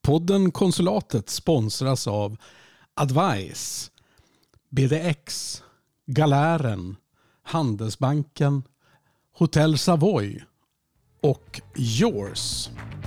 Podden Konsulatet sponsras av Advice, BDX, Galären, Handelsbanken, Hotel Savoy och Yours.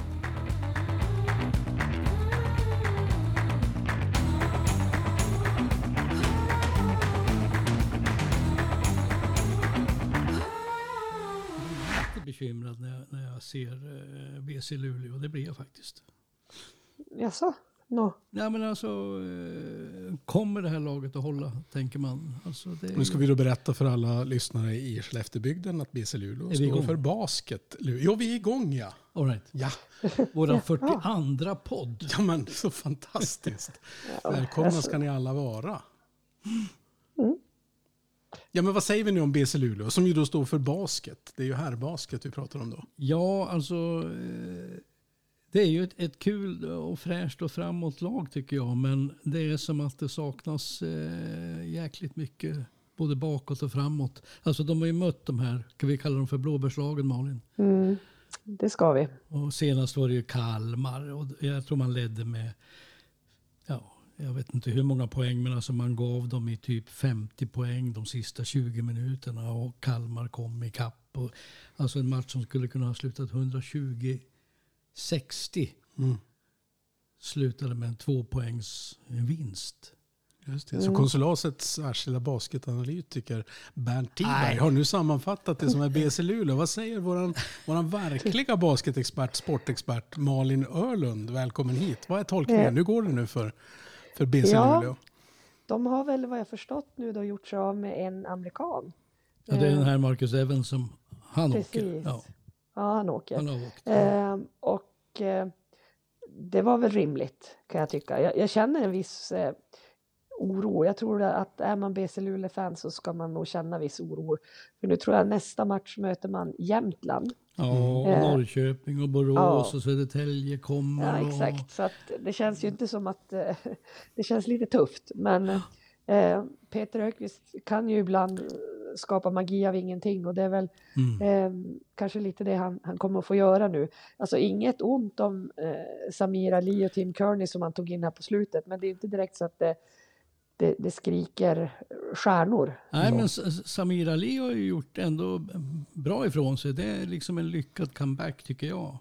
Bekymrad när jag ser BC Luleå. Det blir jag faktiskt. Jaså? No. Ja, men alltså, kommer det här laget att hålla, tänker man. Alltså, Nu ska vi då berätta för alla lyssnare i Skellefteåbygden att BC Luleå står för basket. Jo, vi är igång, ja. All right. Ja. Vår 42 podd. Ja, men så fantastiskt. Välkomna ska ni alla vara. Mm. Ja, men vad säger vi nu om BC Luleå som ju då står för basket? Det är ju herrbasket vi pratar om då. Ja, alltså det är ju ett kul och fräscht och framåt lag tycker jag. Men det är som att det saknas jäkligt mycket både bakåt och framåt. Alltså de har ju mött de här, kan vi kalla dem för blåbärslagen, Malin? Mm, det ska vi. Och senast var det ju Kalmar och jag tror man ledde med, jag vet inte hur många poäng, men alltså man gav dem i typ 50 poäng de sista 20 minuterna och Kalmar kom i kapp. Och, alltså en match som skulle kunna ha slutat 120-60 slutade med en 2-poängs vinst. Just det. Så konsulatets särskilda basketanalytiker Bernt Tiberg har nu sammanfattat det som är BC Luleå. Vad säger våran verkliga basketexpert, sportexpert Malin Örlund? Välkommen hit. Vad är tolkningen? Hur går det nu för BC Luleå? De har väl, vad jag förstått nu, då gjort sig av med en amerikan. Ja, det är den här Marcus Evans som han Precis. åker. Ja, han åker. Han har åkt. Och det var väl rimligt, kan jag tycka. Jag känner en viss oro. Jag tror att är man BC Luleå-fan så ska man nog känna viss oro. För nu tror jag nästa match möter man Jämtland. Ja, och Norrköping och Borås och Södertälje kommer. Ja, exakt. Så att det känns ju inte som att det känns lite tufft. Men Peter Öqvist kan ju ibland skapa magi av ingenting. Och det är väl kanske lite det han kommer att få göra nu. Alltså inget ont om Samir Ali och Tim Kearney som han tog in här på slutet. Men det är inte direkt så att det skriker stjärnor. Nej, men Samir Ali har ju gjort ändå bra ifrån sig. Det är liksom en lyckad comeback tycker jag.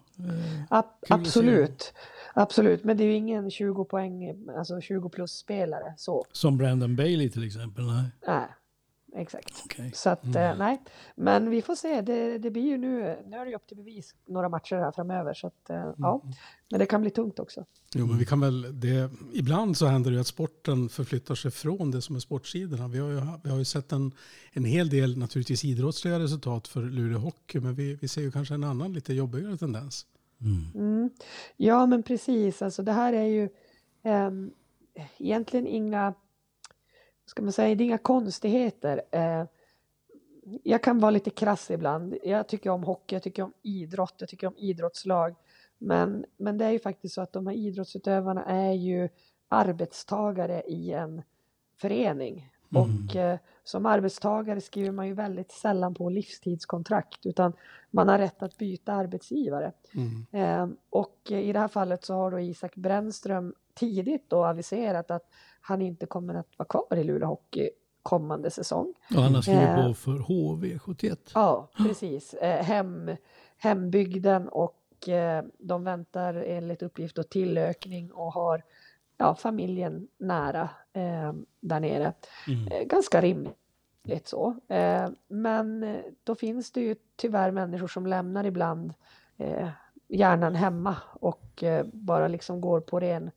Absolut, men det är ju ingen 20 poäng, alltså 20 plus spelare så. Som Brandon Bailey till exempel, Nej, exakt. Okay. Så att nej, men vi får se. Det blir ju nu är det upp till bevis några matcher här framöver så att ja, men det kan bli tungt också. Jo, men vi kan väl ibland så händer det ju att sporten förflyttar sig från det som är sportsidorna. Vi har ju sett en hel del naturligtvis idrottsliga resultat för Luleå Hockey, men vi ser ju kanske en annan lite jobbigare tendens. Ja, men precis. Alltså det här är ju egentligen inga, ska man säga, det är inga konstigheter. Jag kan vara lite krass ibland. Jag tycker om hockey, jag tycker om idrott, jag tycker om idrottslag. Men det är ju faktiskt så att de här idrottsutövarna är ju arbetstagare i en förening. Och som arbetstagare skriver man ju väldigt sällan på livstidskontrakt utan man har rätt att byta arbetsgivare. Och i det här fallet så har då Isak Brännström tidigt då aviserat att han inte kommer att vara kvar i Luleå Hockey kommande säsong. Och han har skrivit på för HV71. Ja, precis. Hembygden och de väntar enligt uppgift och tillökning och har familjen nära där nere. Ganska rimligt så. Men då finns det ju tyvärr människor som lämnar ibland hjärnan hemma och bara liksom går på ren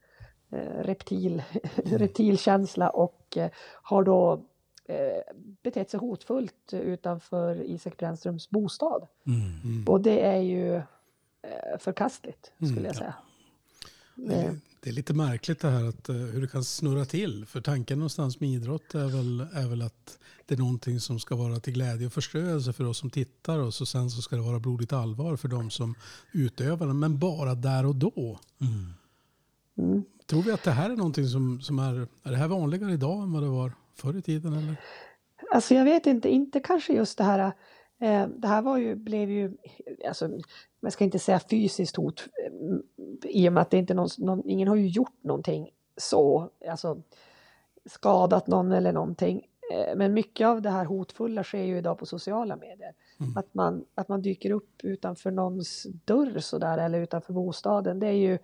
reptilkänsla och har då betett sig hotfullt utanför Isak Brännströms bostad. Och det är ju förkastligt skulle jag säga. Det är lite märkligt det här att hur det kan snurra till. För tanken någonstans med idrott är väl att det är någonting som ska vara till glädje och förströelse för oss som tittar. Och sen så ska det vara blodigt allvar för de som utövar den. Men bara där och då. Tror vi att det här är någonting som är det här vanligare idag än vad det var förr i tiden? Eller? Alltså jag vet inte kanske just det här. Det här blev ju, alltså man ska inte säga fysiskt hot, i och med att det inte ingen har ju gjort någonting så, alltså skadat någon eller någonting. Men mycket av det här hotfulla sker ju idag på sociala medier. Att man dyker upp utanför någons dörr sådär, eller utanför bostaden, det är ju...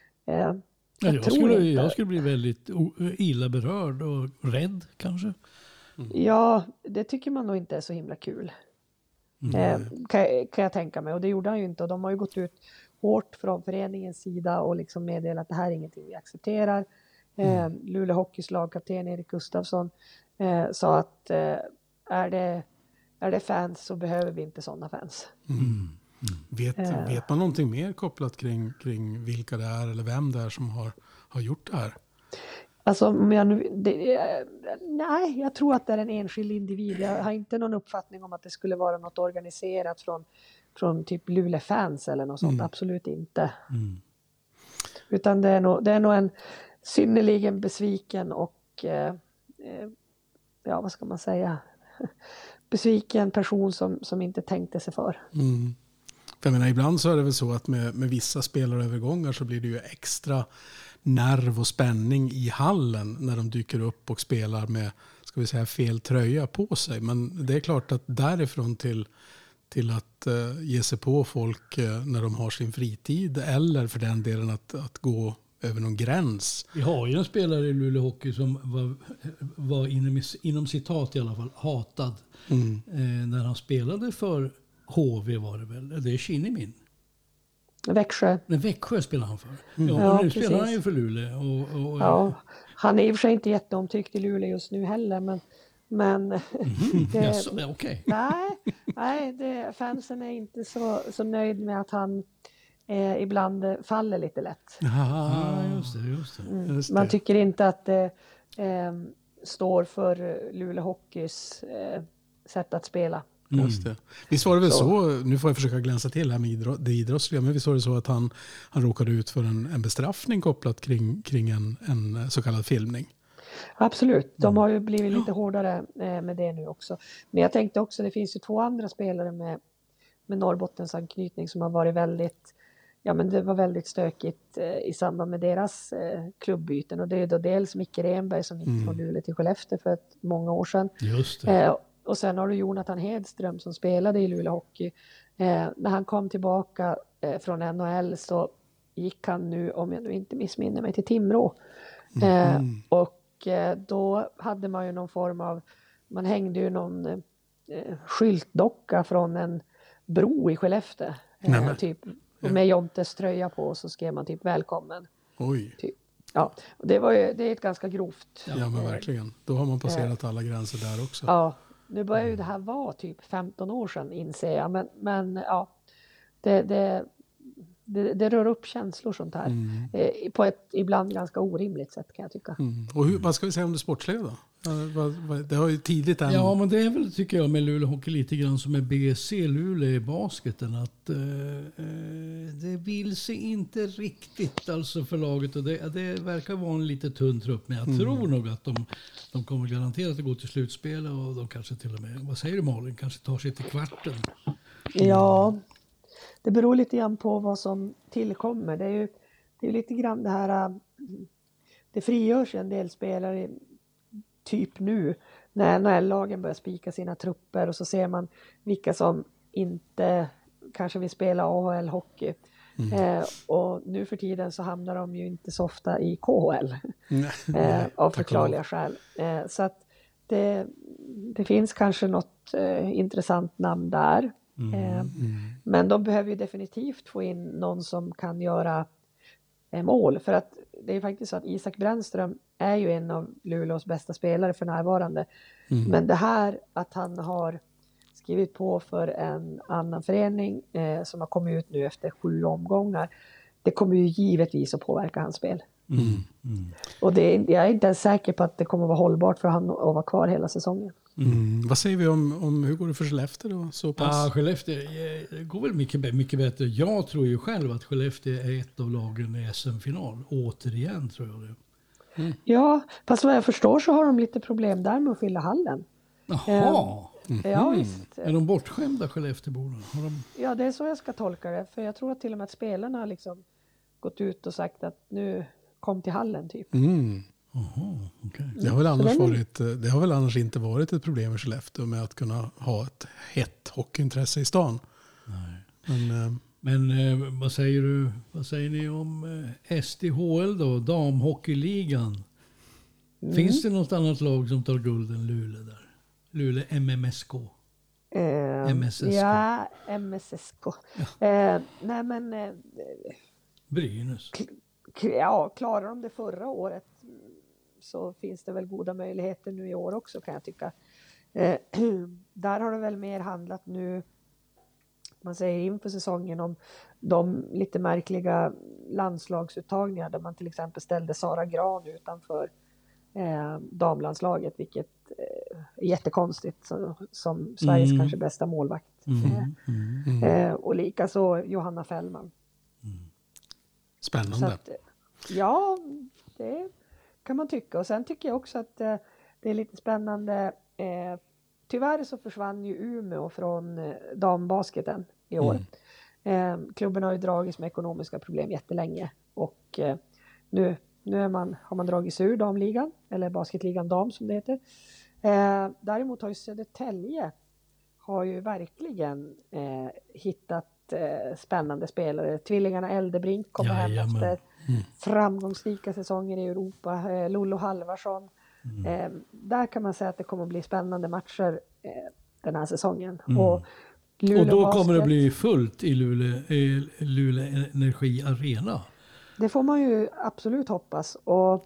Jag skulle bli väldigt illa berörd och rädd kanske. Ja, det tycker man nog inte är så himla kul. Kan jag tänka mig. Och det gjorde han ju inte. Och de har ju gått ut hårt från föreningens sida och liksom meddelat att det här är ingenting vi accepterar. Luleå Hockeys lagkapten Erik Gustafsson sa att är det fans så behöver vi inte sådana fans. Vet man någonting mer kopplat kring vilka det är eller vem det är som har gjort det här? Alltså, nej, jag tror att det är en enskild individ. Jag har inte någon uppfattning om att det skulle vara något organiserat från typ Luleå fans eller något sånt. Absolut inte. Utan det är nog en synnerligen besviken och vad ska man säga, besviken person som inte tänkte sig för. För jag menar, ibland så är det väl så att med vissa spelarövergångar så blir det ju extra nerv och spänning i hallen när de dyker upp och spelar med, ska vi säga, fel tröja på sig. Men det är klart att därifrån till att ge sig på folk när de har sin fritid, eller för den delen att gå över någon gräns. Vi har ju en spelare i Luleå Hockey som var inom citat i alla fall hatad när han spelade för HV, var det väl? Det är Kinnimin. Växjö. Men Växjö spelar han för. Ja, nu spelar han ju för Luleå. Ja, han är i och för sig inte jätteomtyckt i Luleå just nu heller, men okej. Nej, fansen är inte så nöjd med att han ibland faller lite lätt. Just det. Man tycker inte att det står för Luleå Hockeys sätt att spela. Just det. Visst var det väl så, nu får jag försöka glänsa till här med det idrottsliga, men visst var det så att han råkade ut för en bestraffning kopplat kring en så kallad filmning? Absolut, de har ju blivit lite hårdare med det nu också. Men jag tänkte också, det finns ju 2 andra spelare med Norrbottens anknytning som har varit det var väldigt stökigt i samband med deras klubbyten. Och det är då dels Micke Renberg som gick från Luleå till Skellefteå för många år sedan. Just det. Och sen har du Jonathan Hedström som spelade i Luleå Hockey. När han kom tillbaka från NHL så gick han nu, om jag nu inte missminner mig, till Timrå. Och då hade man ju någon form av, man hängde ju någon skyltdocka från en bro i Skellefteå. Typ, med Jontes tröja på, så skrev man typ välkommen. Oj. Typ. Ja, och det är ett ganska grovt. Ja, men verkligen. Då har man passerat alla gränser där också. Ja, nu börjar ju det här vara typ 15 år sedan, inser jag. Men ja, det rör upp känslor sånt här. På ett ibland ganska orimligt sätt, kan jag tycka. Och vad ska vi säga om det sportsliga då? Det har ju tidigt än. Ja, men det är väl, tycker jag, med Luleå Hockey lite grann som med BC Luleå i basketen, att det vill sig inte riktigt alltså för laget, och det verkar vara en lite tunn trupp, men jag tror nog att de kommer garanterat att gå till slutspel, och de kanske till och med, vad säger du Malin, kanske tar sig till kvarten. Ja, det beror lite grann på vad som tillkommer. Det är lite grann det här, det frigörs en del spelare typ nu när NHL-lagen börjar spika sina trupper, och så ser man vilka som inte kanske vill spela AHL-hockey. Och nu för tiden så hamnar de ju inte så ofta i KHL av förklarliga skäl. Så att det finns kanske något intressant namn där. Men de behöver ju definitivt få in någon som kan göra mål, för att det är faktiskt så att Isak Brännström är ju en av Luleås bästa spelare för närvarande. Men det här att han har skrivit på för en annan förening som har kommit ut nu efter 7 omgångar, det kommer ju givetvis att påverka hans spel. Och jag är inte ens säker på att det kommer att vara hållbart för han att vara kvar hela säsongen. Vad säger vi om hur går det för Skellefteå då? Så pass? Skellefteå går väl mycket bättre. Jag tror ju själv att Skellefteå är ett av lagen i SM-final. Återigen tror jag det. Ja, fast vad jag förstår så har de lite problem där med att fylla hallen. Jaha. Ja, visst. Är de bortskämda Skellefteåborna? Ja, det är så jag ska tolka det. För jag tror att till och med att spelarna liksom gått ut och sagt att nu kom till hallen typ. Aha, okay. Det har väl annars inte varit ett problem i Skellefteå med att kunna ha ett hett hockeyintresse i stan. Nej. Men vad säger ni om SDHL då, damhockeyligan? Finns det något annat lag som tar guld än Luleå där? Luleå MMSK? MSSK? Ja, MSSK. Nej men... Brynäs? Ja, klarar de det förra året så finns det väl goda möjligheter nu i år också kan jag tycka. Där har det väl mer handlat nu, man säger inför säsongen, om de lite märkliga landslagsuttagningar där man till exempel ställde Sara Gran utanför damlandslaget, vilket är jättekonstigt som Sveriges kanske bästa målvakt. Och likaså Johanna Fällman. Spännande. Att, ja, det kan man tycka. Och sen tycker jag också att det är lite spännande. Tyvärr så försvann ju Umeå från dambasketen i år. Klubben har ju dragits med ekonomiska problem jättelänge. Och nu har man dragit sig ur damligan, eller basketligan dam som det heter. Däremot har ju Södertälje verkligen hittat spännande spelare. Tvillingarna Eldebrink kommer hem efter framgångsrika säsonger i Europa. Lollo Halvarsson. Där kan man säga att det kommer att bli spännande matcher den här säsongen. Och då kommer det bli fullt i Luleå Energi Arena. Det får man ju absolut hoppas. Och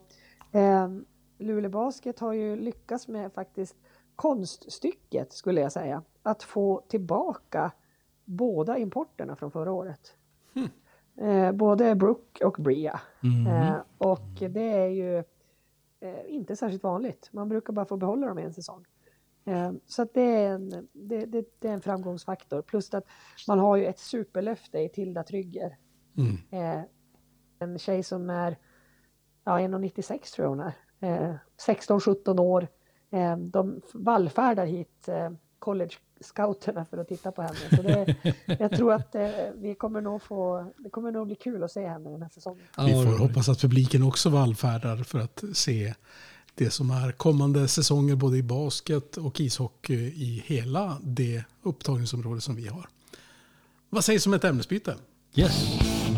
Luleå Basket har ju lyckats med faktiskt konststycket, skulle jag säga. Att få tillbaka båda importerna från förra året. Både Brooke och Bria. Och det är ju inte särskilt vanligt. Man brukar bara få behålla dem en säsong. Så att det är en framgångsfaktor. Plus att man har ju ett superlöfte i Tilda Trygger. En tjej som är 1,96 tror jag hon är. 16-17 år. De vallfärdar hit college-scouterna för att titta på henne. Så jag tror att det kommer nog bli kul att se henne den här säsongen. Vi får hoppas att publiken också vallfärdar för att se det som är kommande säsonger både i basket och ishockey i hela det upptagningsområde som vi har. Vad sägs om ett ämnesbyte? Yes.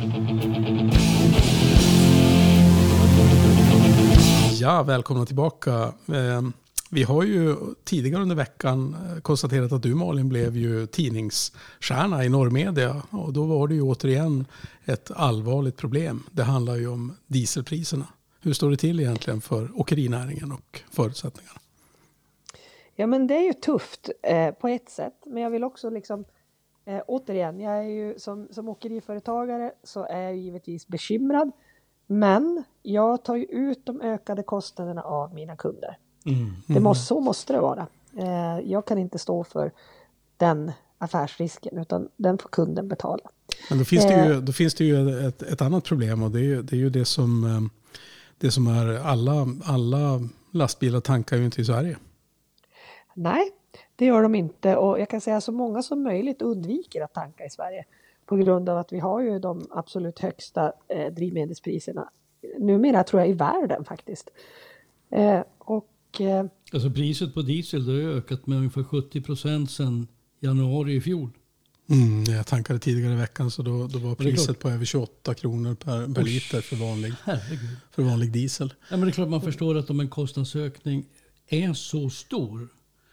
Ja, välkomna tillbaka. Vi har ju tidigare under veckan konstaterat att du, Malin, blev ju tidningsstjärna i Norrmedia. Och då var det ju återigen ett allvarligt problem. Det handlar ju om dieselpriserna. Hur står det till egentligen för åkerinäringen och förutsättningarna? Ja, men det är ju tufft på ett sätt. Men jag vill också återigen, jag är ju som åkeriföretagare så är jag givetvis bekymrad. Men jag tar ju ut de ökade kostnaderna av mina kunder. Så måste det vara. Jag kan inte stå för den affärsrisken, utan den får kunden betala. Men då finns det ju ett annat problem, och det är ju det som är alla lastbilar tankar ju inte i Sverige. Nej, det gör de inte, och jag kan säga så många som möjligt undviker att tanka i Sverige på grund av att vi har ju de absolut högsta drivmedelspriserna numera, tror jag, i världen faktiskt. Alltså priset på diesel har ökat med ungefär 70% sedan januari i fjol. Jag tankade tidigare i veckan, så då var priset på över 28 kronor per liter för vanlig diesel. Ja, men det är klart man förstår att om en kostnadsökning är så stor,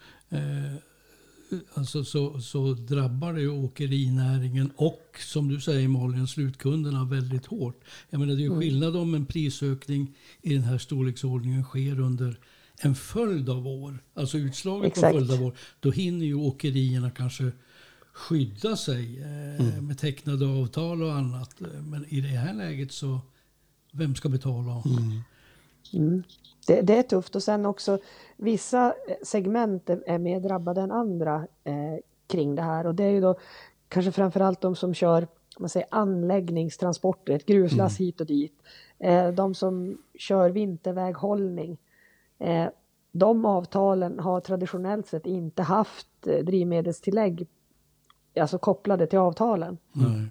alltså så drabbar det ju åkerinäringen och, som du säger Malin, slutkunderna väldigt hårt. Jag menar, det är ju skillnad om en prisökning i den här storleksordningen sker under en följd av år. Alltså utslaget på följd av år. Då hinner ju åkerierna kanske skydda sig med tecknade avtal och annat. Men i det här läget så, vem ska betala? Det är tufft, och sen också vissa segment är mer drabbade än andra kring det här, och det är ju då kanske framförallt de som kör anläggningstransporter, ett gruslass hit och dit, de som kör vinterväghållning. De avtalen har traditionellt sett inte haft drivmedelstillägg, alltså kopplade till avtalen.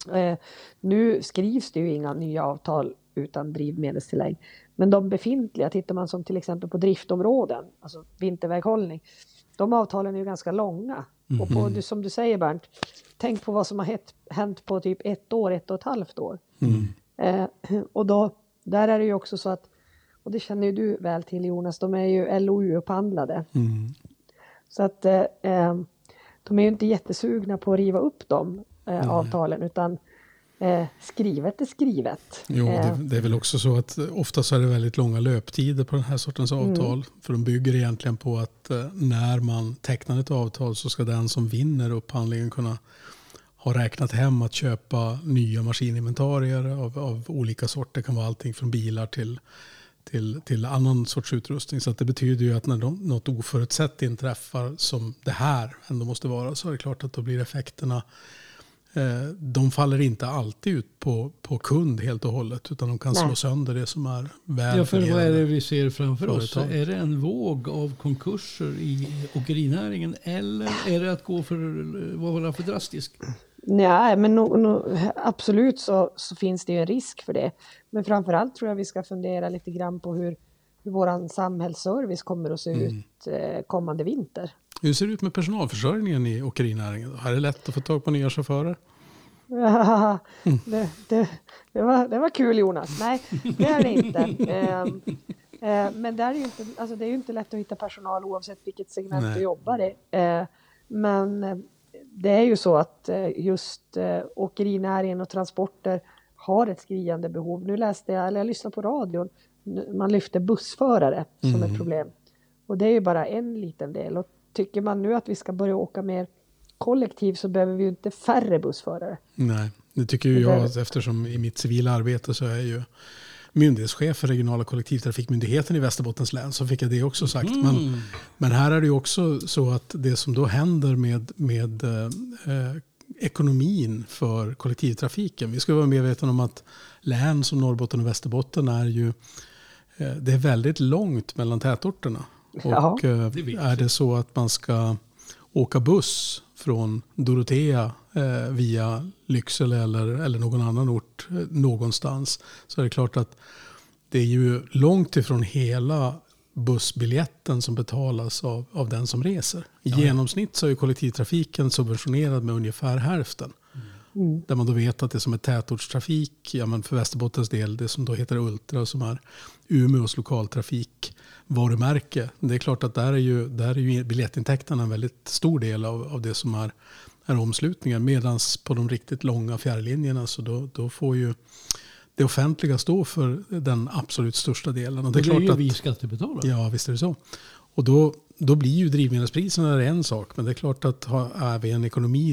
Nu skrivs det ju inga nya avtal utan drivmedelstillägg. Men de befintliga, tittar man som till exempel på driftområden, alltså vinterväghållning, de avtalen är ju ganska långa. Och på, som du säger Bernt, tänk på vad som har hänt på typ 1 år, 1,5 år. Och då, där är det ju också så att, och det känner ju du väl till Jonas, de är ju LOU-upphandlade. Så att de är ju inte jättesugna på att riva upp de avtalen, utan skrivet är skrivet. Jo, det är väl också så att oftast är det väldigt långa löptider på den här sortens avtal. För de bygger egentligen på att när man tecknar ett avtal så ska den som vinner upphandlingen kunna ha räknat hem att köpa nya maskininventarier av olika sorter. Det kan vara allting från bilar till annan sorts utrustning. Så att det betyder ju att när något oförutsett inträffar som det här ändå måste vara, så är det klart att då blir effekterna, de faller inte alltid ut på kund helt och hållet, utan de kan slå sönder det som är väl. Ja, för vad är det vi ser framför oss? Är det en våg av konkurser i åkerinäringen, eller är det att gå vara för drastisk? Nej, men absolut så finns det ju en risk för det. Men framförallt tror jag vi ska fundera lite grann på hur vår samhällsservice kommer att se ut kommande vinter. Hur ser det ut med personalförsörjningen i åkerinäringen? Är det lätt att få tag på nya chaufförer? Det var kul Jonas. Nej, det är det inte. Men det är ju inte lätt att hitta personal oavsett vilket segment du jobbar i. Men det är ju så att just åkerinäringen och transporter har ett skriande behov. Nu jag lyssnade på radion. Man lyfter bussförare som ett problem. Och det är ju bara en liten del. Och tycker man nu att vi ska börja åka mer kollektivt så behöver vi ju inte färre bussförare. Nej, det tycker ju jag, eftersom i mitt civila arbete så är jag ju myndighetschef för regionala kollektivtrafikmyndigheten i Västerbottens län, så fick jag det också sagt. Men här är det ju också så att det som då händer med ekonomin för kollektivtrafiken. Vi ska vara medvetna om att län som Norrbotten och Västerbotten det är väldigt långt mellan tätorterna. Och är det så att man ska åka buss från Dorotea via Lycksele eller någon annan ort någonstans, så är det klart att det är ju långt ifrån hela bussbiljetten som betalas av den som reser. I genomsnitt så är kollektivtrafiken subventionerad med ungefär hälften. Där man då vet att det som är tätortstrafik, men för Västerbottens del, det som då heter Ultra, som är Umeås lokaltrafikvarumärke. Det är klart att där är ju biljettintäkterna en väldigt stor del av det som är omslutningen. Medan på de riktigt långa fjärrlinjerna så då får ju det offentliga stå för den absolut största delen. Och det är klart ju vi skattebetalare. Ja, visst är det så. Och då blir ju drivmedelspriserna en sak. Men det är klart att är vi en ekonomi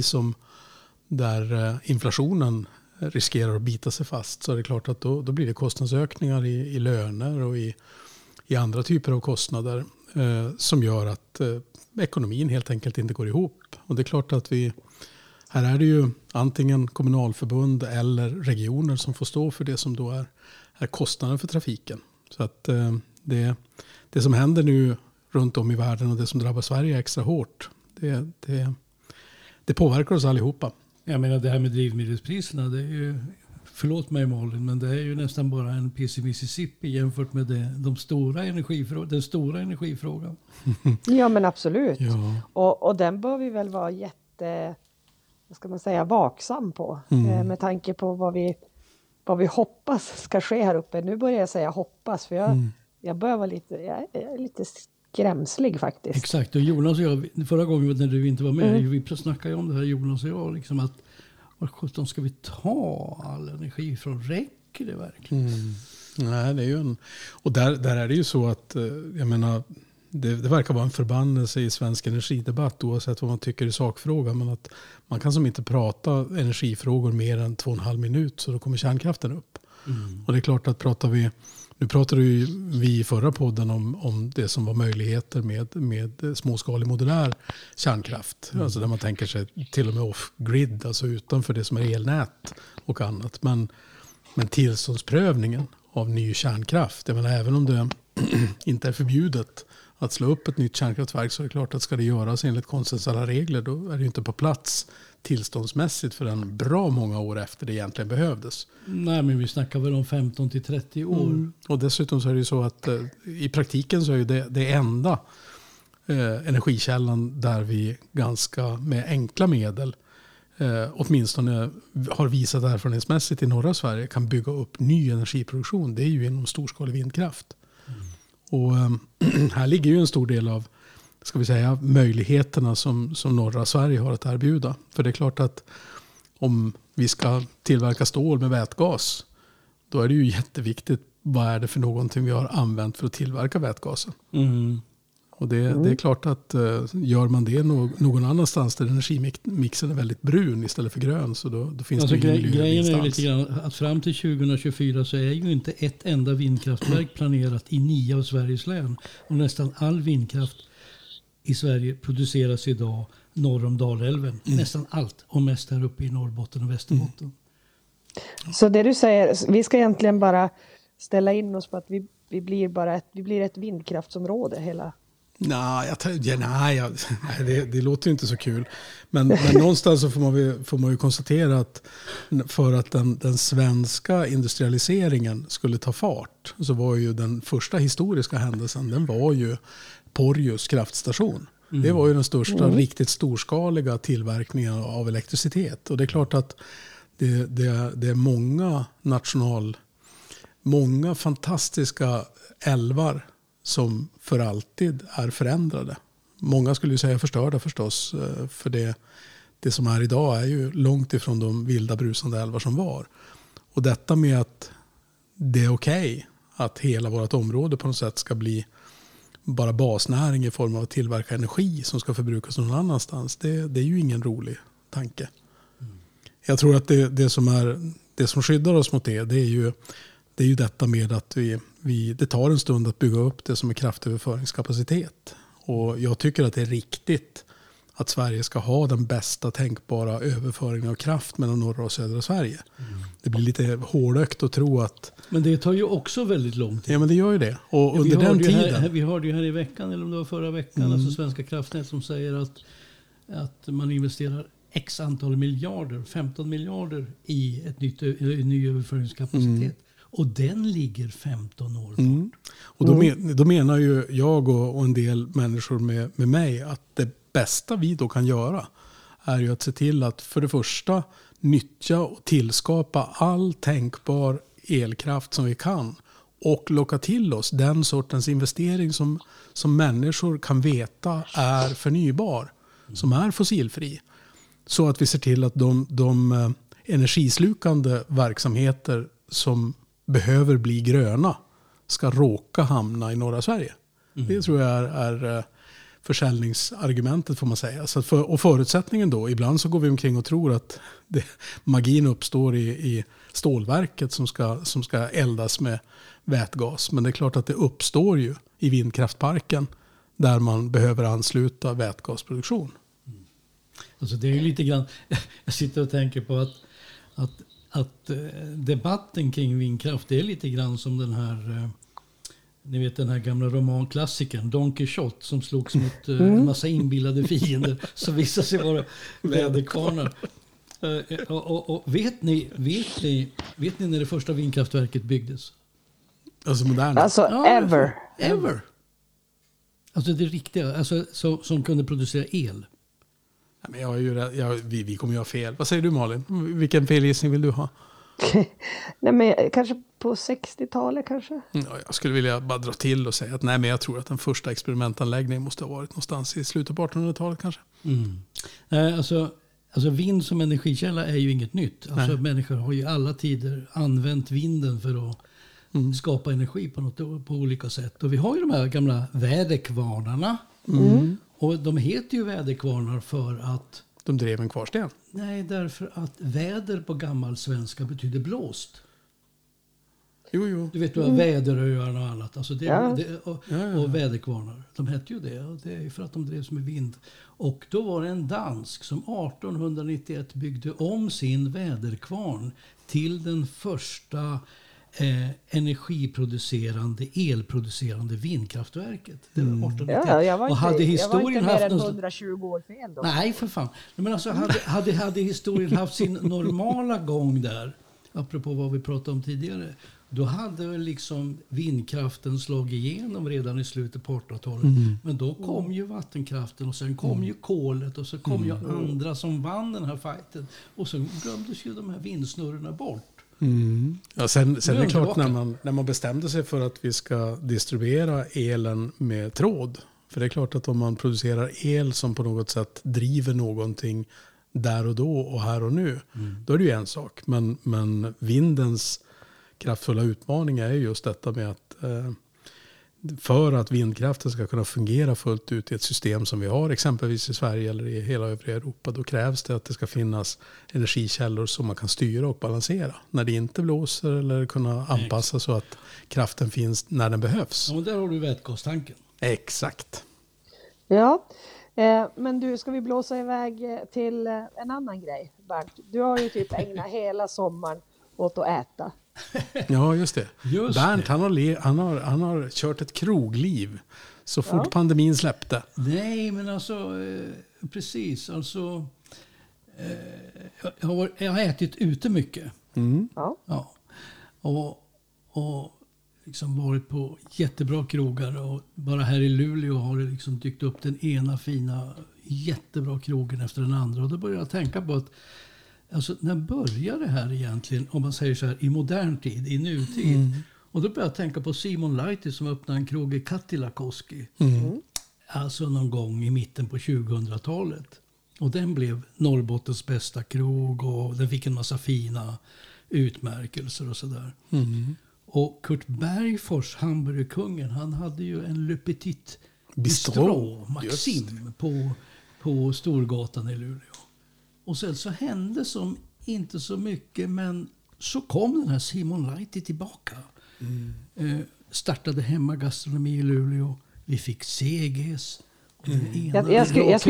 där inflationen riskerar att bita sig fast, så är det klart att då blir det kostnadsökningar i löner och i andra typer av kostnader som gör att ekonomin helt enkelt inte går ihop. Och det är klart att här är det ju antingen kommunalförbund eller regioner som får stå för det som då är kostnaden för trafiken. Så att det som händer nu runt om i världen och det som drabbar Sverige extra hårt, det påverkar oss allihopa. Jag menar, det här med drivmedelspriserna, det är ju, förlåt mig Malin, men det är ju nästan bara en piss i Mississippi jämfört med den stora energifrågan. Ja, men absolut. Ja. Och den bör vi väl vara vaksam på. Med tanke på vad vi hoppas ska ske här uppe. Nu börjar jag säga hoppas, för jag börjar vara lite skrämslig faktiskt. Exakt, och Jonas och jag, förra gången när du inte var med, vi snackade ju om det här, Jonas och jag, liksom att var sjutton ska vi ta all energi ifrån? Räcker det verkligen? Nej, det är ju och där är det ju så att jag menar, det verkar vara en förbannelse i svensk energidebatt oavsett vad man tycker i sakfrågan, men att man kan som inte prata energifrågor mer än 2,5 minut, så då kommer kärnkraften upp. Och det är klart att nu pratade vi i förra podden om det som var möjligheter med småskalig modulär kärnkraft. Alltså där man tänker sig till och med off-grid, alltså utanför det som är elnät och annat. Men tillståndsprövningen av ny kärnkraft, jag menar, även om det inte är förbjudet att slå upp ett nytt kärnkraftverk, så är det klart att ska det göras enligt konstens alla regler, då är det ju inte på plats tillståndsmässigt förrän bra många år efter det egentligen behövdes. Nej, men vi snackar väl om 15 till 30 år. Och dessutom så är det ju så att i praktiken så är ju det enda energikällan där vi ganska med enkla medel åtminstone har visat erfarenhetsmässigt i norra Sverige kan bygga upp ny energiproduktion. Det är ju inom storskalig vindkraft. Och här ligger ju en stor del av, ska vi säga, möjligheterna som norra Sverige har att erbjuda. För det är klart att om vi ska tillverka stål med vätgas, då är det ju jätteviktigt vad är det för någonting vi har använt för att tillverka vätgasen. Och det är klart att gör man det någon annanstans där energimixen är väldigt brun istället för grön, så då finns det ingen grejen är lite grann att fram till 2024 så är ju inte ett enda vindkraftverk planerat i 9 av Sveriges län. Och nästan all vindkraft i Sverige produceras idag norr om Dalälven. Nästan allt, och mest här uppe i Norrbotten och Västerbotten. Så det du säger, vi ska egentligen bara ställa in oss på att vi blir ett vindkraftsområde hela. Nej, det låter ju inte så kul. Men någonstans så får man ju konstatera att för att den svenska industrialiseringen skulle ta fart, så var ju den första historiska händelsen, den var ju Porjus kraftstation. Det var ju den största riktigt storskaliga tillverkningen av elektricitet. Och det är klart att det är många fantastiska älvar som för alltid är förändrade. Många skulle ju säga förstörda förstås, för det som är idag är ju långt ifrån de vilda brusande älvar som var. Och detta med att det är okej att hela vårt område på något sätt ska bli bara basnäring i form av att tillverka energi som ska förbrukas någon annanstans, det är ju ingen rolig tanke. Jag tror att det som skyddar oss mot det är ju detta med att det tar en stund att bygga upp det som är kraftöverföringskapacitet. Och jag tycker att det är riktigt att Sverige ska ha den bästa tänkbara överföringen av kraft mellan norra och södra Sverige. Det blir lite hårdökt att tro att... Men det tar ju också väldigt lång tid. Ja, men det gör ju det. Och under den tiden... Vi hörde ju här i veckan, eller om det var förra veckan, alltså Svenska kraftnät som säger att man investerar x antal miljarder, 15 miljarder i en ny överföringskapacitet. Och den ligger 15 år bort. Och då menar ju jag och en del människor med mig att det bästa vi då kan göra är ju att se till att för det första nyttja och tillskapa all tänkbar elkraft som vi kan och locka till oss den sortens investering som människor kan veta är förnybar, som är fossilfri. Så att vi ser till att de energislukande verksamheter som behöver bli gröna ska råka hamna i norra Sverige. Det tror jag är försäljningsargumentet, får man säga. Och förutsättningen då, ibland så går vi omkring och tror att magin uppstår i stålverket som ska eldas med vätgas. Men det är klart att det uppstår ju i vindkraftparken där man behöver ansluta vätgasproduktion. Alltså det är ju lite grann, jag sitter och tänker på att debatten kring vindkraft, det är lite grann som den här, ni vet den här gamla romanklassikern Don Quixote som slogs mot en massa inbillade fiender som visade sig vara väderkvarnar. Och vet ni när det första vindkraftverket byggdes? Alltså moderna? Alltså ever. Alltså det riktiga, alltså som kunde producera el. Men vi kommer ju ha fel. Vad säger du, Malin? Vilken felgissning vill du ha? Nej, men kanske på 60-talet kanske? Jag skulle vilja bara dra till och säga att men jag tror att den första experimentanläggningen måste ha varit någonstans i slutet på 1800-talet kanske. Alltså vind som energikälla är ju inget nytt. Alltså människor har ju alla tider använt vinden för att skapa energi på olika sätt. Och vi har ju de här gamla väderkvarnarna. Och de heter ju väderkvarnar för att... De drev en kvarsten? Nej, därför att väder på gammal svenska betyder blåst. Jo. Du vet, du har väderöarna och annat. Alltså och väderkvarnar. De hette ju det. Och det är ju för att de drevs med vind. Och då var det en dansk som 1891 byggde om sin väderkvarn till den första energiproducerande, elproducerande vindkraftverket. Det var 1891. Ja, jag var och hade historien inte mer haft än 120 år fel då. Nej, för fan. Men alltså, hade historien haft sin normala gång där, apropå vad vi pratade om tidigare, då hade liksom vindkraften slagit igenom redan i slutet på 1800-talet. Men då kom ju vattenkraften och sen kom ju kolet och så kom ju andra som vann den här fighten. Och så glömdes ju de här vindsnurrorna bort. Ja, sen är det klart när man bestämde sig för att vi ska distribuera elen med tråd. För det är klart att om man producerar el som på något sätt driver någonting där och då och här och nu, då är det ju en sak. Men vindens kraftfulla utmaning är just detta med att för att vindkraften ska kunna fungera fullt ut i ett system som vi har exempelvis i Sverige eller i hela övriga Europa, då krävs det att det ska finnas energikällor som man kan styra och balansera när det inte blåser eller kunna anpassa så att kraften finns när den behövs. Ja, och där har du vätgastanken. Exakt. Ja, men du, ska vi blåsa iväg till en annan grej, Bernt? Du har ju typ ägnat hela sommaren åt att äta. Ja, just det. Bernt, han har kört ett krogliv så fort pandemin släppte. Nej, men alltså precis. Alltså, jag har ätit ute mycket. Ja. Och liksom varit på jättebra krogar. Och bara här i Luleå har det liksom dykt upp den ena fina jättebra krogen efter den andra. Och då började jag tänka på att alltså, när börjar det här egentligen, om man säger så här, i modern tid, i nutid? Och då började jag tänka på Simon Laiti som öppnade en krog i Kattilakoski. Alltså någon gång i mitten på 2000-talet. Och den blev Norrbottens bästa krog och den fick en massa fina utmärkelser och sådär. Och Kurt Bergfors, hamburgerkungen, han hade ju en Le Petit Bistro, Maxim, på Storgatan i Luleå. Och sen så hände som inte så mycket, men så kom den här Simon Laiti tillbaka. Startade hemmagastronomi i Luleå. Vi fick CGs. Jag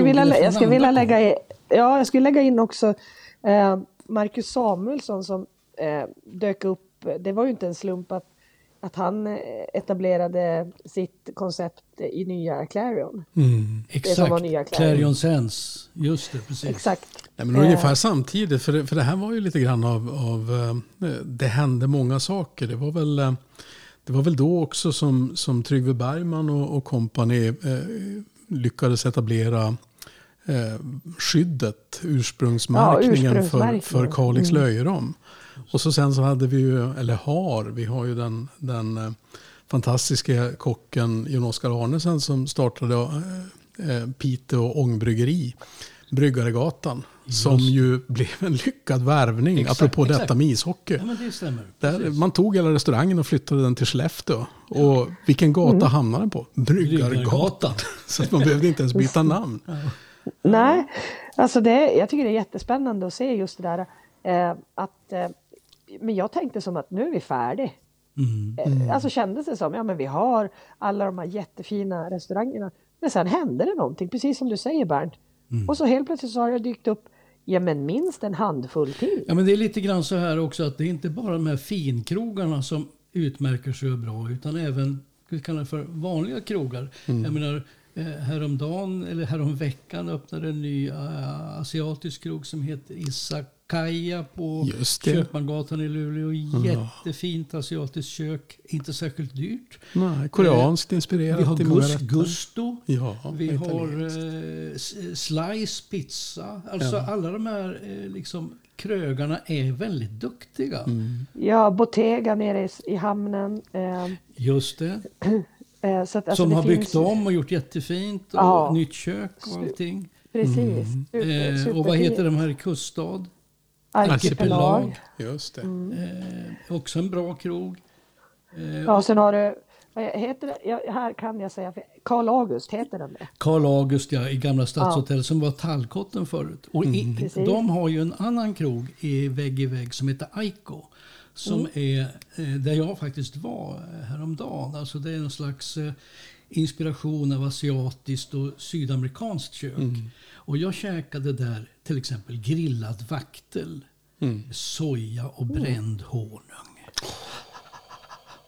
skulle lägga in också Marcus Samuelsson som dök upp. Det var ju inte en slump att han etablerade sitt koncept i nya Clarion. Exakt, det som var nya Clarion Sense. Just det, precis. Exakt. Nej, men ungefär samtidigt, för det här var ju lite grann av det hände många saker. Det var väl då också som Tryggve Bergman och kompani lyckades etablera skyddet, ursprungsmärkningen för Kalix löjrom. Och så sen så hade vi ju, vi har ju den fantastiska kocken Jon Oskar Arnesen som startade Piteå ångbryggeri, Bryggaregatan, som ju blev en lyckad värvning, apropå detta med ishockey. Ja, men det stämmer. Där man tog hela restaurangen och flyttade den till Skellefteå. Och vilken gata hamnade den på? Bryggargatan. Så att man behövde inte ens byta namn. Nej, alltså jag tycker det är jättespännande att se just det där. Men jag tänkte som att nu är vi färdiga. Alltså kändes det som, men vi har alla de här jättefina restaurangerna. Men sen hände det någonting, precis som du säger, Bernt. Och så helt plötsligt så har det dykt upp minst en handfull till. Ja, men det är lite grann så här också att det är inte bara de här finkrogarna som utmärker sig bra, utan även, vi kallar det för vanliga krogar. Jag menar, häromveckan öppnade en ny asiatisk krog som heter Isakaya på Köpmangatan i Luleå. Jättefint asiatiskt kök, inte särskilt dyrt. Nej, koreanskt inspirerat. Vi har Gusto, vi har Slice Pizza. Alltså alla de här liksom krögarna är väldigt duktiga. Ja, Bottega nere i hamnen. Just det. Så att, som har byggt om och gjort jättefint och nytt kök och allting. Precis. Och vad heter de här i Kuststad? Arkipelag. Just det. Också en bra krog. Sen har du, vad heter det? Här kan jag säga, Karl August heter den det. Karl August, i gamla Stadshotell som var Tallkotten förut. Och de har ju en annan krog i vägg som heter Aiko. Som är där jag faktiskt var häromdagen. Alltså det är en slags inspiration av asiatiskt och sydamerikanskt kök. Och jag käkade där till exempel grillad vaktel, soja och bränd honung.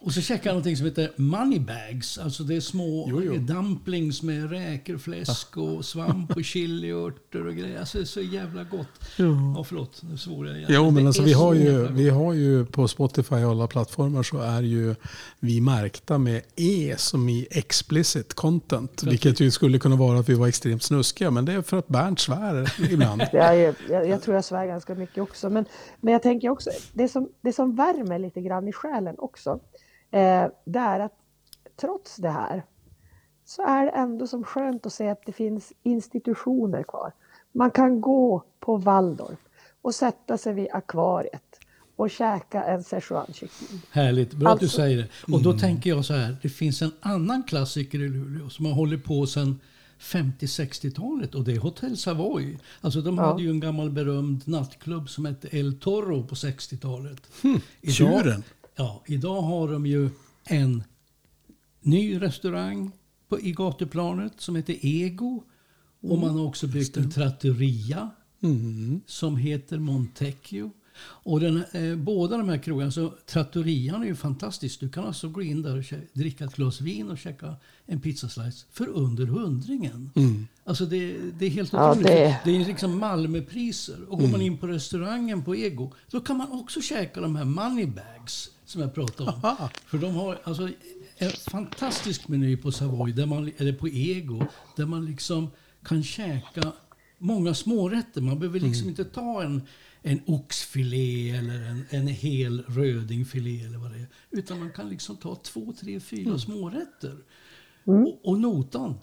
Och så käkade jag någonting som heter money bags. Alltså det är små dumplings med räkor, fläsk och svamp och chiliörter och grejer. Alltså det är så jävla gott. Ja, förlåt. Nu svor jag igen. Jo, men alltså vi har ju på Spotify och alla plattformar så är ju vi märkta med E som i explicit content. Vilket ju skulle kunna vara att vi var extremt snuskiga. Men det är för att Bernt svär ibland. Jag tror jag svär ganska mycket också. Men jag tänker också, det som värmer lite grann i själen också. Det är att trots det här så är det ändå som skönt att se att det finns institutioner kvar. Man kan gå på Waldorf och sätta sig vid akvariet och käka en Szechuan-kyckling. Härligt, bra att du säger det. Och då tänker jag så här, det finns en annan klassiker i Luleå som har hållit på sedan 50-60-talet och det är Hotel Savoy. Alltså de hade ju en gammal berömd nattklubb som hette El Toro på 60-talet. Tjuren. Ja, idag har de ju en ny restaurang i gatuplanet som heter Ego. Och man har också byggt en trattoria som heter Montecchio. Och båda de här krogarna, så trattorian är ju fantastisk. Du kan alltså gå in där och dricka ett glas vin och käka en pizzaslice för under 100. Alltså det är helt otroligt. Det är liksom Malmöpriser. Och går man in på restaurangen på Ego, då kan man också käka de här money bags som jag pratade om. Aha. För de har alltså en fantastisk meny på Savoy, eller på Ego, där man liksom kan käka många smårätter. Man behöver liksom inte ta en oxfilé eller en hel rödingfilé eller vad det är. Utan man kan liksom ta 2, 3, 4 smårätter. Och notan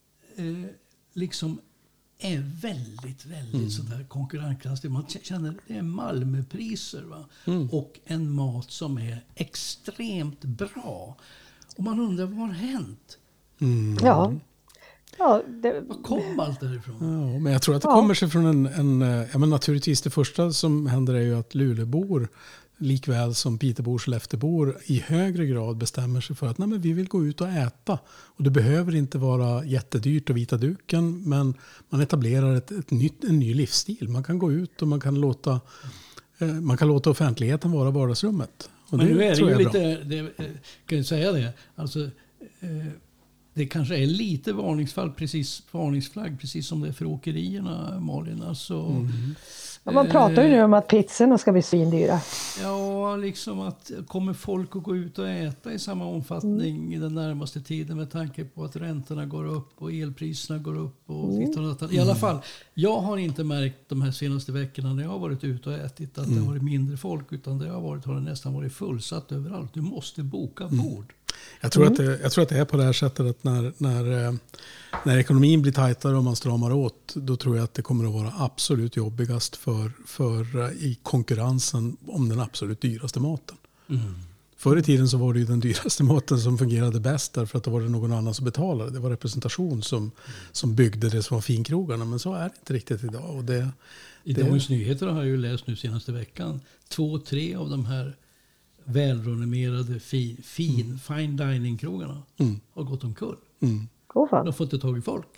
liksom är väldigt, väldigt sådär konkurrenskraftig. Man känner det är Malmöpriser va? Och en mat som är extremt bra. Och man undrar vad har hänt? Ja, vad kom allt därifrån? Ja, men jag tror att det kommer sig från men naturligtvis det första som händer är ju att Luleåbor likväl som Piterbor och Skelleftebor i högre grad bestämmer sig för att men vi vill gå ut och äta. Och det behöver inte vara jättedyrt att vita duken, men man etablerar en ny livsstil. Man kan gå ut och man kan låta offentligheten vara vardagsrummet. Och men nu är det ju lite, kan jag säga det, alltså det kanske är lite varningsflagg precis som det är för åkerierna, Malin. Alltså, man pratar ju nu om att pizzorna ska bli svindyra. Ja, liksom att kommer folk att gå ut och äta i samma omfattning i den närmaste tiden med tanke på att räntorna går upp och elpriserna går upp. I alla fall, jag har inte märkt de här senaste veckorna när jag har varit ute och ätit att det har varit mindre folk, utan det har nästan varit fullsatt överallt. Du måste boka bord. Jag tror att det är på det här sättet att när ekonomin blir tajtare och man stramar åt, då tror jag att det kommer att vara absolut jobbigast för i konkurrensen om den absolut dyraste maten. Förr i tiden så var det ju den dyraste maten som fungerade bäst därför att det var det någon annan som betalade. Det var representation som byggde det som var finkrogarna, men så är det inte riktigt idag. Och I Dagens Nyheter har jag ju läst nu senaste veckan 2-3 av de här välrenommerade fine dining-krogarna har gått omkull. De får inte tag i folk.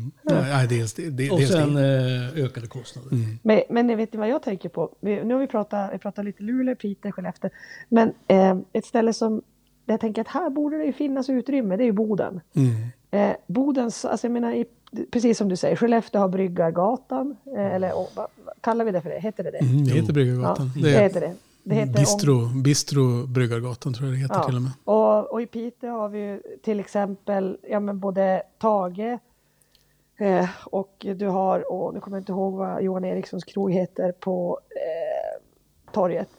Och sen ökade kostnader. Men vet ni vad jag tänker på? Nu har vi pratat lite Luleå, Piteå, Skellefteå. Men ett ställe som jag tänker att här borde det ju finnas utrymme, det är ju Boden. Bodens, alltså jag menar, precis som du säger, Skellefteå har Bryggargatan. Eller vad kallar vi det för det? Heter det? Det heter Bryggargatan. Ja, det heter det. Det heter Bistro Bryggargatan tror jag det heter till och med. Och i Piteå har vi ju till exempel både Tage och du har, nu kommer jag inte ihåg vad Johan Erikssons krog heter på torget.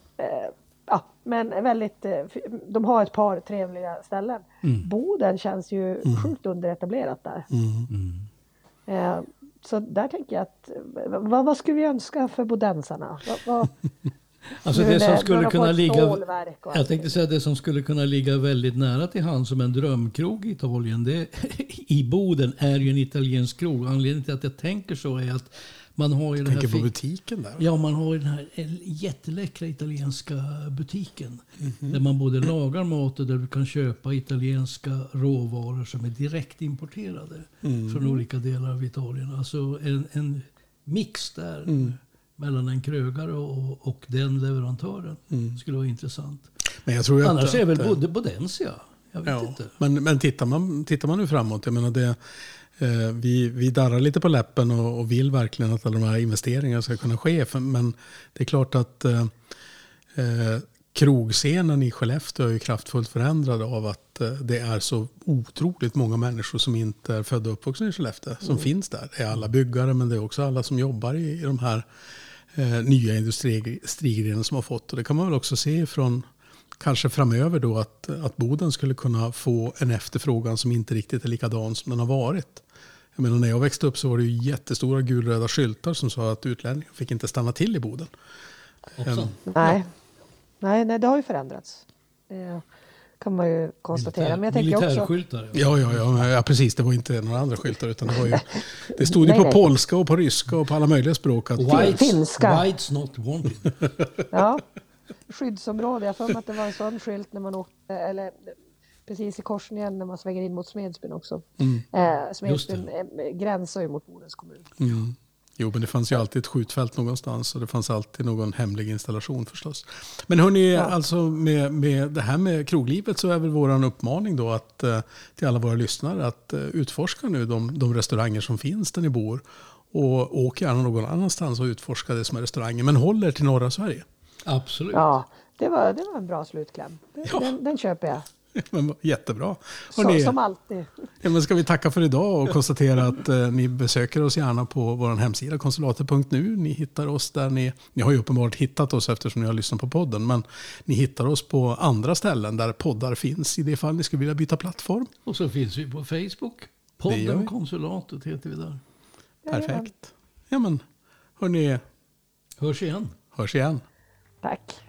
Men väldigt, de har ett par trevliga ställen. Boden känns ju sjukt underetablerat där. Så där tänker jag att vad skulle vi önska för bodensarna? Alltså det som skulle kunna ligga, jag tänkte säga det som skulle kunna ligga väldigt nära till hand som en drömkrog i Italien, i Boden är ju en italiensk krog. Anledningen till att jag tänker så är att man har ju tänker på butiken där. Ja, man har ju den här jätteläckra italienska butiken där man både lagar mat och där du kan köpa italienska råvaror som är direkt importerade från olika delar av Italien. Alltså en mix där mellan en krögare och den leverantören skulle vara intressant. Men jag tror annars är väl Bodensia. Jag vet inte. Men tittar man nu framåt, jag menar det, vi darrar lite på läppen och vill verkligen att alla de här investeringarna ska kunna ske. Men det är klart att krogscenen i Skellefteå är ju kraftfullt förändrad av att det är så otroligt många människor som inte är födda och uppvuxna i Skellefteå som finns där. Det är alla byggare, men det är också alla som jobbar i de här nya industrigrenarna som har fått. Och det kan man väl också se från kanske framöver då att Boden skulle kunna få en efterfrågan som inte riktigt är likadan som den har varit. Jag menar, när jag växte upp så var det ju jättestora gulröda skyltar som sa att utlänningar fick inte stanna till i Boden. Nej, det har ju förändrats. Det kan man ju konstatera. Men jag tänker militärskyltar. Ja, precis. Det var inte några andra skyltar, utan det var ju, det stod ju på polska och på ryska och på alla möjliga språk. Finska. Whites not wanted. Ja, skyddsområde. Jag för mig att det var en sån skylt när man åkte, eller precis i korsningen när man svänger in mot Smedsbyn också. Smedsbyn gränsar ju mot Bodens kommun. Mm. Jo, men det fanns ju alltid ett skjutfält någonstans och det fanns alltid någon hemlig installation förstås. Men hörni, alltså med det här med kroglivet så är väl våran uppmaning då att till alla våra lyssnare att utforska nu de restauranger som finns där ni bor och åk gärna någon annanstans och utforska det som är restauranger, men håller till norra Sverige. Absolut. Ja, det var en bra slutkläm. Den köper jag. Men jättebra. Som alltid. Ja, men ska vi tacka för idag och konstatera att ni besöker oss gärna på vår hemsida konsulatet.nu. Ni hittar oss där ni har ju uppenbart hittat oss eftersom ni har lyssnat på podden, men ni hittar oss på andra ställen där poddar finns i det fall ni skulle vilja byta plattform. Och så finns vi på Facebook. Podden Konsulatet heter vi där. Perfekt. Ja, men hörni. Hörs igen. Hörs igen. Tack.